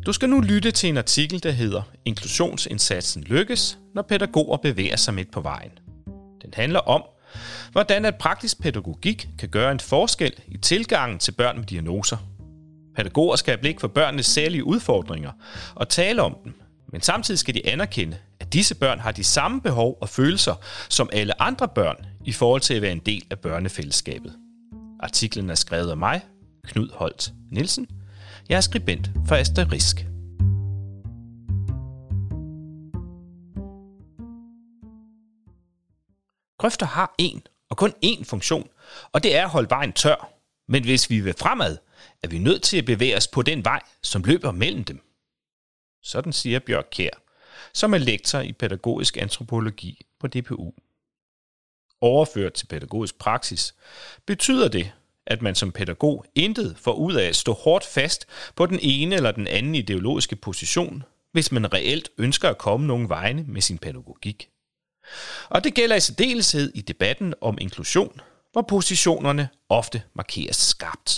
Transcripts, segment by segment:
Du skal nu lytte til en artikel, der hedder Inklusionsindsatsen lykkes, når pædagoger bevæger sig midt på vejen. Den handler om, hvordan at praktisk pædagogik kan gøre en forskel i tilgangen til børn med diagnoser. Pædagoger skal have blik for børnenes særlige udfordringer og tale om dem, men samtidig skal de anerkende, at disse børn har de samme behov og følelser som alle andre børn i forhold til at være en del af børnefællesskabet. Artiklen er skrevet af mig, Knud Holt Nielsen. Jeg er skribent for Asterisk. Grøfter har én og kun én funktion, og det er at holde vejen tør. Men hvis vi vil fremad, er vi nødt til at bevæge os på den vej, som løber mellem dem. Sådan siger Bjørk Kjær, som er lektor i pædagogisk antropologi på DPU. Overført til pædagogisk praksis betyder det, at man som pædagog intet får ud af at stå hårdt fast på den ene eller den anden ideologiske position, hvis man reelt ønsker at komme nogle vegne med sin pædagogik. Og det gælder i særdeleshed i debatten om inklusion, hvor positionerne ofte markeres skarpt.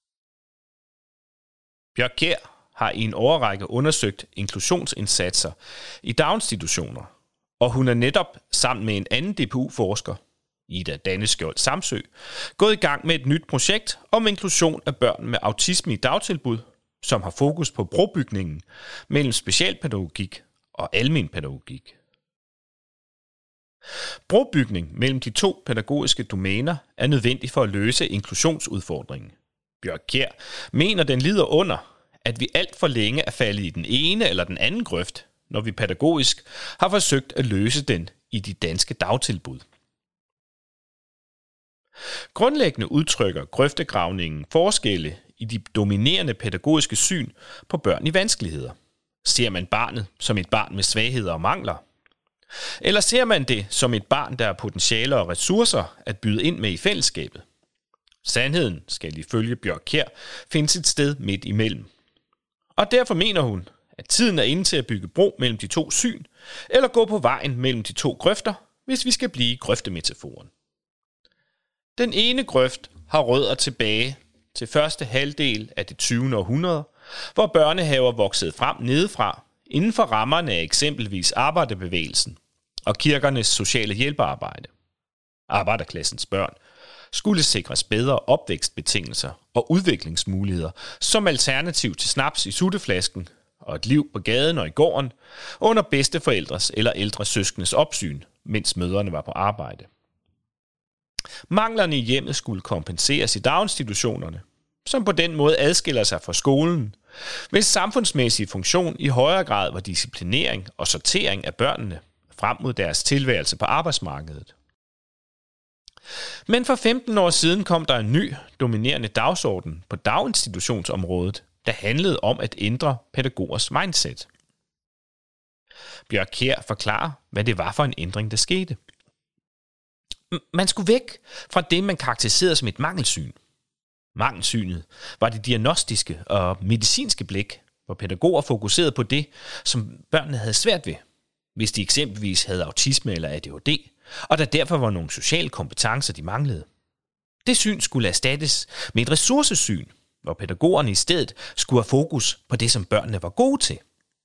Bjørk Kjær har i en årrække undersøgt inklusionsindsatser i daginstitutioner, og hun er netop sammen med en anden DPU-forsker, Ida Danneskjold Samsø, gået i gang med et nyt projekt om inklusion af børn med autisme i dagtilbud, som har fokus på brobygningen mellem specialpædagogik og almenpædagogik. Brobygning mellem de to pædagogiske domæner er nødvendig for at løse inklusionsudfordringen. Bjørk Kjær mener, den lider under, at vi alt for længe er faldet i den ene eller den anden grøft, når vi pædagogisk har forsøgt at løse den i de danske dagtilbud. Grundlæggende udtrykker grøftegravningen forskelle i de dominerende pædagogiske syn på børn i vanskeligheder. Ser man barnet som et barn med svagheder og mangler? Eller ser man det som et barn, der har potentialer og ressourcer at byde ind med i fællesskabet? Sandheden skal ifølge Bjørk Kjær findes et sted midt imellem. Og derfor mener hun, at tiden er inde til at bygge bro mellem de to syn, eller gå på vejen mellem de to grøfter, hvis vi skal blive i grøftemetaforen. Den ene grøft har rødder tilbage til første halvdel af det 20. århundrede, hvor børnehaver voksede frem nedefra, inden for rammerne af eksempelvis arbejderbevægelsen og kirkernes sociale hjælpearbejde. Arbejderklassens børn skulle sikres bedre opvækstbetingelser og udviklingsmuligheder som alternativ til snaps i sutteflasken og et liv på gaden og i gården under bedsteforældres eller ældre søskendes opsyn, mens mødrene var på arbejde. Manglerne i hjemmet skulle kompenseres i daginstitutionerne, som på den måde adskiller sig fra skolen, hvis samfundsmæssige funktion i højere grad var disciplinering og sortering af børnene frem mod deres tilværelse på arbejdsmarkedet. Men for 15 år siden kom der en ny, dominerende dagsorden på daginstitutionsområdet, der handlede om at ændre pædagogers mindset. Bjørk Kjær forklarer, hvad det var for en ændring, der skete. Man skulle væk fra det, man karakteriserede som et mangelsyn. Mangelsynet var det diagnostiske og medicinske blik, hvor pædagoger fokuserede på det, som børnene havde svært ved, hvis de eksempelvis havde autisme eller ADHD, og der derfor var nogle sociale kompetencer, de manglede. Det syn skulle erstattes med et ressourcesyn, hvor pædagogerne i stedet skulle have fokus på det, som børnene var gode til.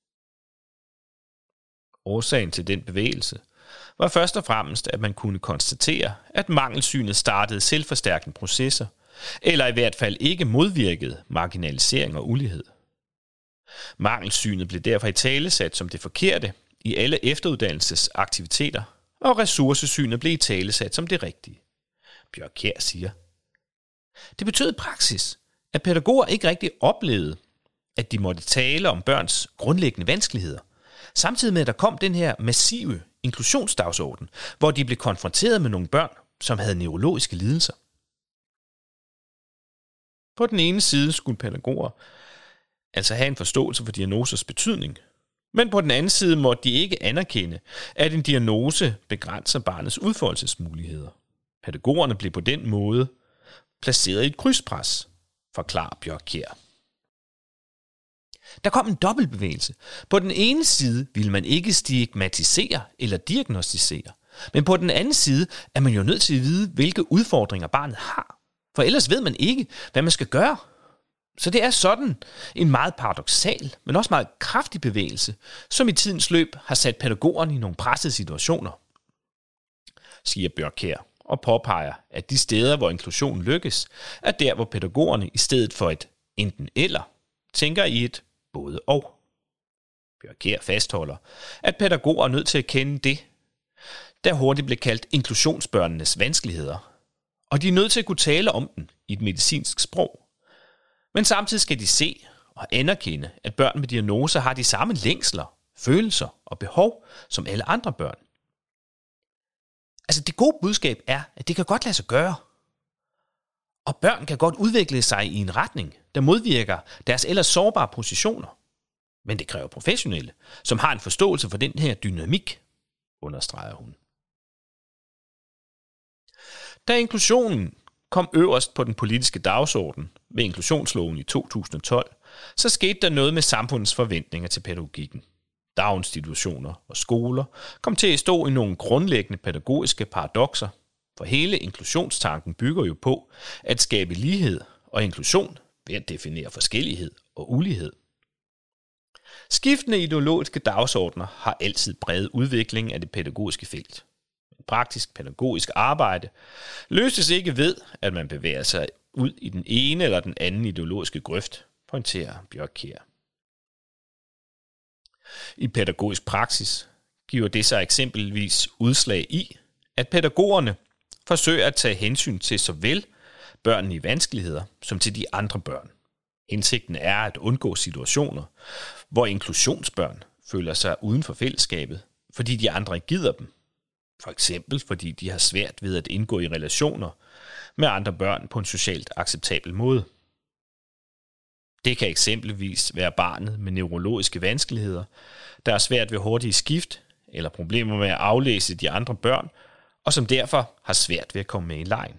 Årsagen til den bevægelse var først og fremmest, at man kunne konstatere, at mangelsynet startede selvforstærkende processer, eller i hvert fald ikke modvirkede marginalisering og ulighed. Mangelsynet blev derfor italesat som det forkerte i alle efteruddannelsesaktiviteter, og ressourcesynet blev italesat som det rigtige. Bjørk Kjær siger, det betød i praksis, at pædagoger ikke rigtig oplevede, at de måtte tale om børns grundlæggende vanskeligheder, samtidig med, at der kom den her massive inklusionsdagsorden, hvor de blev konfronteret med nogle børn, som havde neurologiske lidelser. På den ene side skulle pædagoger altså have en forståelse for diagnosers betydning, men på den anden side måtte de ikke anerkende, at en diagnose begrænser barnets udfoldelsesmuligheder. Pædagogerne blev på den måde placeret i et krydspres, forklarer Bjørk Kjær. Der kom en dobbeltbevægelse. På den ene side ville man ikke stigmatisere eller diagnostisere, men på den anden side er man jo nødt til at vide, hvilke udfordringer barnet har. For ellers ved man ikke, hvad man skal gøre. Så det er sådan en meget paradoksal, men også meget kraftig bevægelse, som i tidens løb har sat pædagogerne i nogle pressede situationer, siger Bjørkjær, og påpeger, at de steder, hvor inklusion lykkes, er der, hvor pædagogerne i stedet for et enten eller, tænker i et både og. Bjørkjær fastholder, at pædagoger er nødt til at kende det, der hurtigt blev kaldt inklusionsbørnenes vanskeligheder, og de er nødt til at kunne tale om den i et medicinsk sprog. Men samtidig skal de se og anerkende, at børn med diagnoser har de samme længsler, følelser og behov som alle andre børn. Altså det gode budskab er, at det kan godt lade sig gøre. Og børn kan godt udvikle sig i en retning, der modvirker deres ellers sårbare positioner. Men det kræver professionelle, som har en forståelse for den her dynamik, understreger hun. Da inklusionen kom øverst på den politiske dagsorden ved inklusionsloven i 2012, så skete der noget med samfundets forventninger til pædagogikken. Daginstitutioner og skoler kom til at stå i nogle grundlæggende pædagogiske paradokser, for hele inklusionstanken bygger jo på at skabe lighed og inklusion ved at definere forskellighed og ulighed. Skiftende ideologiske dagsordner har altid præget udviklingen af det pædagogiske felt. Men praktisk pædagogisk arbejde løses ikke ved, at man bevæger sig ud i den ene eller den anden ideologiske grøft, pointerer Bjørkjær. I pædagogisk praksis giver det sig eksempelvis udslag i, at pædagogerne forsøger at tage hensyn til såvel børnene i vanskeligheder som til de andre børn. Hensigten er at undgå situationer, hvor inklusionsbørn føler sig uden for fællesskabet, fordi de andre ikke gider dem. For eksempel fordi de har svært ved at indgå i relationer med andre børn på en socialt acceptabel måde. Det kan eksempelvis være barnet med neurologiske vanskeligheder, der er svært ved hurtige skift eller problemer med at aflæse de andre børn, og som derfor har svært ved at komme med i legen.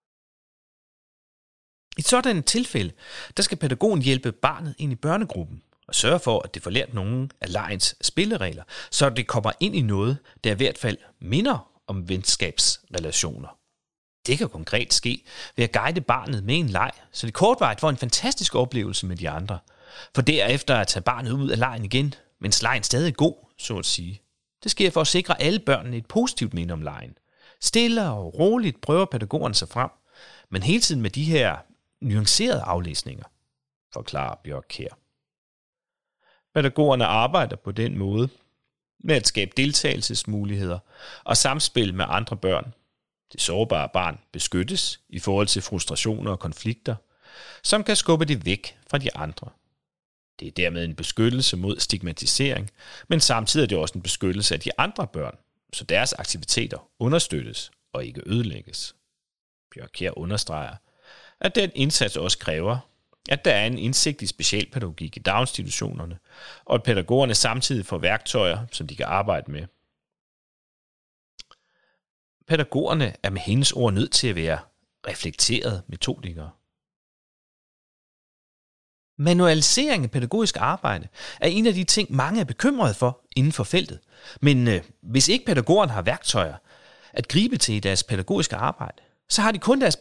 I sådan et tilfælde, der skal pædagogen hjælpe barnet ind i børnegruppen og sørge for, at det får lært nogle af legens spilleregler, så det kommer ind i noget, der i hvert fald minder om venskabsrelationer. Det kan konkret ske ved at guide barnet med en leg, så det kortvarigt får en fantastisk oplevelse med de andre, for derefter at tage barnet ud af legen igen, mens legen stadig er god, så at sige. Det sker for at sikre alle børnene et positivt minde om legen. Stille og roligt prøver pædagogerne sig frem, men hele tiden med de her nuancerede aflæsninger, forklarer Bjørkjær. Pædagogerne arbejder på den måde med at skabe deltagelsesmuligheder og samspil med andre børn. Det sårbare barn beskyttes i forhold til frustrationer og konflikter, som kan skubbe det væk fra de andre. Det er dermed en beskyttelse mod stigmatisering, men samtidig er det også en beskyttelse af de andre børn, så deres aktiviteter understøttes og ikke ødelægges. Bjørkjær understreger, at den indsats også kræver, at der er en indsigt i specialpædagogik i daginstitutionerne, og at pædagogerne samtidig får værktøjer, som de kan arbejde med. Pædagogerne er med hendes ord nødt til at være reflekterede metodikere. Manualisering af pædagogisk arbejde er en af de ting, mange er bekymrede for inden for feltet. Men hvis ikke pædagogerne har værktøjer at gribe til i deres pædagogiske arbejde, så har de kun deres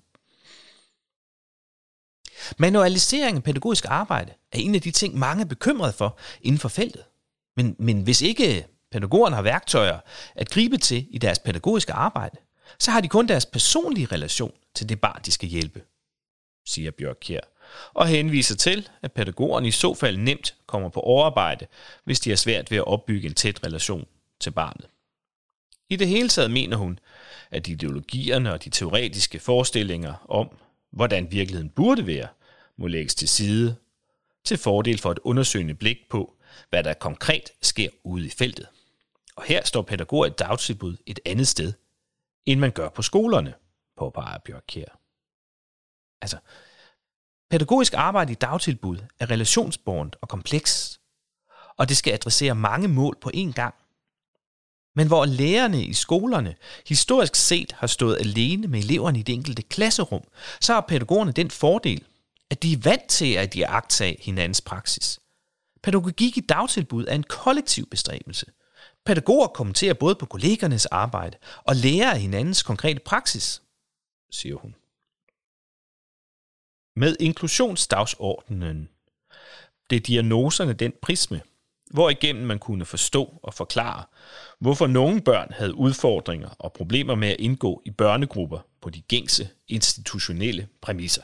Manualisering af pædagogisk arbejde er en af de ting, mange er bekymrede for inden for feltet. Men hvis ikke pædagogerne har værktøjer at gribe til i deres pædagogiske arbejde, så har de kun deres personlige relation til det barn, de skal hjælpe, siger Bjørkjær, og henviser til, at pædagogerne i så fald nemt kommer på overarbejde, hvis de har svært ved at opbygge en tæt relation til barnet. I det hele taget mener hun, at ideologierne og de teoretiske forestillinger om, hvordan virkeligheden burde være, må lægges til side til fordel for et undersøgende blik på, hvad der konkret sker ude i feltet. Og her står pædagoger i dagtilbud et andet sted, end man gør på skolerne, påpeger Bjørkjær. Altså, pædagogisk arbejde i dagtilbud er relationsbåret og kompleks, og det skal adressere mange mål på én gang. Men hvor lærerne i skolerne historisk set har stået alene med eleverne i det enkelte klasserum, så har pædagogerne den fordel, at de er vant til at iagttage hinandens praksis. Pædagogik i dagtilbud er en kollektiv bestræbelse. Pædagoger kommenterer både på kollegernes arbejde og lærer af hinandens konkrete praksis, siger hun. Med inklusionsdagsordenen blev diagnoserne den prisme, hvorigennem man kunne forstå og forklare, hvorfor nogle børn havde udfordringer og problemer med at indgå i børnegrupper på de gængse institutionelle præmisser.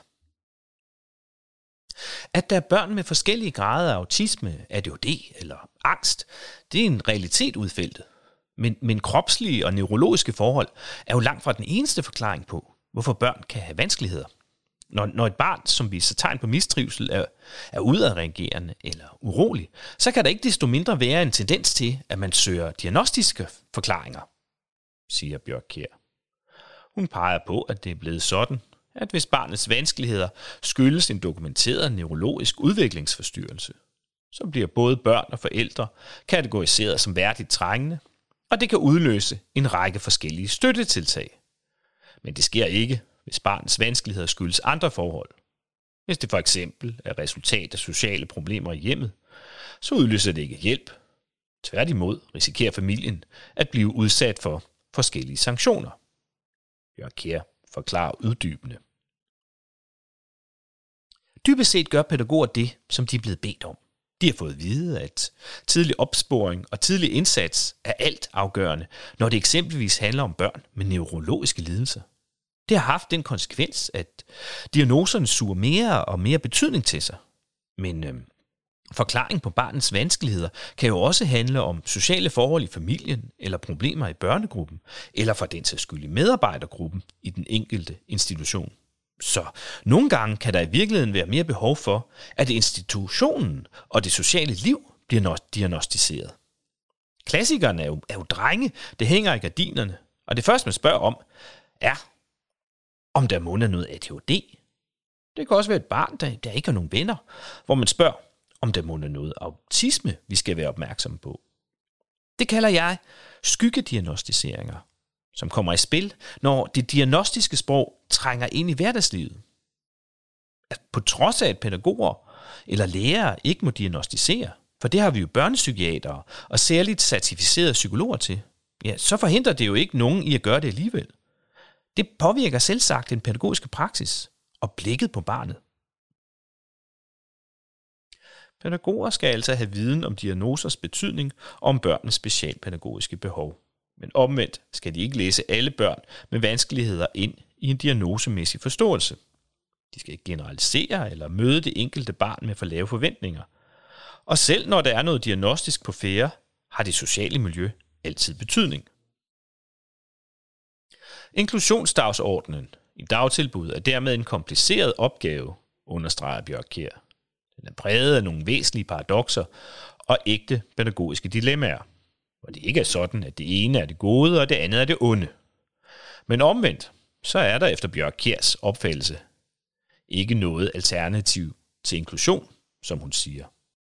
At der er børn med forskellige grader af autisme, ADHD eller angst, det er en realitet udfeltet. Men kropslige og neurologiske forhold er jo langt fra den eneste forklaring på, hvorfor børn kan have vanskeligheder. Når et barn, som viser tegn på mistrivsel, er udadreagerende eller urolig, så kan der ikke desto mindre være en tendens til, at man søger diagnostiske forklaringer, siger Bjørk Kjær. Hun peger på, at det er blevet sådan, at hvis barnets vanskeligheder skyldes en dokumenteret neurologisk udviklingsforstyrrelse, så bliver både børn og forældre kategoriseret som værdigt trængende, og det kan udløse en række forskellige støttetiltag. Men det sker ikke, hvis barnets vanskeligheder skyldes andre forhold. Hvis det for eksempel er resultat af sociale problemer i hjemmet, så udløser det ikke hjælp. Tværtimod risikerer familien at blive udsat for forskellige sanktioner. Bjørk Kjær forklarer uddybende. Dybest set gør pædagoger det, som de er blevet bedt om. De har fået at vide, at tidlig opsporing og tidlig indsats er alt afgørende, når det eksempelvis handler om børn med neurologiske lidelser. Det har haft den konsekvens, at diagnoserne suger mere og mere betydning til sig. Men forklaring på barnets vanskeligheder kan jo også handle om sociale forhold i familien, eller problemer i børnegruppen, eller for den sags skyld i medarbejdergruppen i den enkelte institution. Så nogle gange kan der i virkeligheden være mere behov for, at institutionen og det sociale liv bliver diagnostiseret. Klassikeren er jo drenge, det hænger i gardinerne, og det første man spørger om, er, om der må noget ADHD. Det kan også være et barn, der ikke har nogen venner, hvor man spørger, om der må noget autisme, vi skal være opmærksomme på. Det kalder jeg skyggediagnostiseringer, som kommer i spil, når det diagnostiske sprog trænger ind i hverdagslivet. På trods af, at pædagoger eller lærere ikke må diagnostisere, for det har vi jo børnepsykiatere og særligt certificerede psykologer til, ja, så forhindrer det jo ikke nogen i at gøre det alligevel. Det påvirker selvsagt den pædagogiske praksis og blikket på barnet. Pædagoger skal altså have viden om diagnosers betydning og om børnenes specialpædagogiske behov. Men omvendt skal de ikke læse alle børn med vanskeligheder ind i en diagnosemæssig forståelse. De skal ikke generalisere eller møde det enkelte barn med for lave forventninger. Og selv når der er noget diagnostisk på færde, har det sociale miljø altid betydning. Inklusionsdagsordenen i dagtilbud er dermed en kompliceret opgave, understreger Bjørk Kjær. Den er præget af nogle væsentlige paradokser og ægte pædagogiske dilemmaer, hvor det ikke er sådan, at det ene er det gode, og det andet er det onde. Men omvendt, så er der efter Bjørk Kjærs opfattelse ikke noget alternativ til inklusion, som hun siger.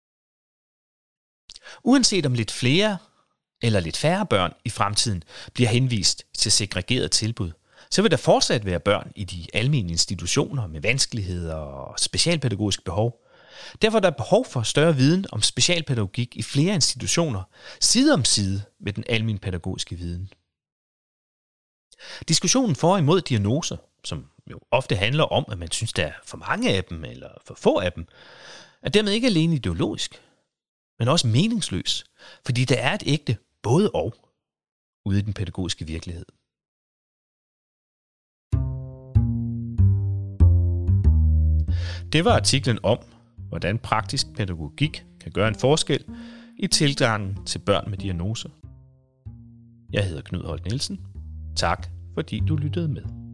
Uanset om lidt flere eller lidt færre børn i fremtiden bliver henvist til segregerede tilbud, så vil der fortsat være børn i de almene institutioner med vanskeligheder og specialpædagogisk behov. Derfor er der behov for større viden om specialpædagogik i flere institutioner, side om side med den almenpædagogiske viden. Diskussionen for og imod diagnoser, som jo ofte handler om, at man synes, der er for mange af dem eller for få af dem, er dermed ikke alene ideologisk, men også meningsløs, fordi der er et ægte både og ude i den pædagogiske virkelighed. Det var artiklen om, hvordan praktisk pædagogik kan gøre en forskel i tilgangen til børn med diagnoser. Jeg hedder Knud Holt Nielsen. Tak fordi du lyttede med.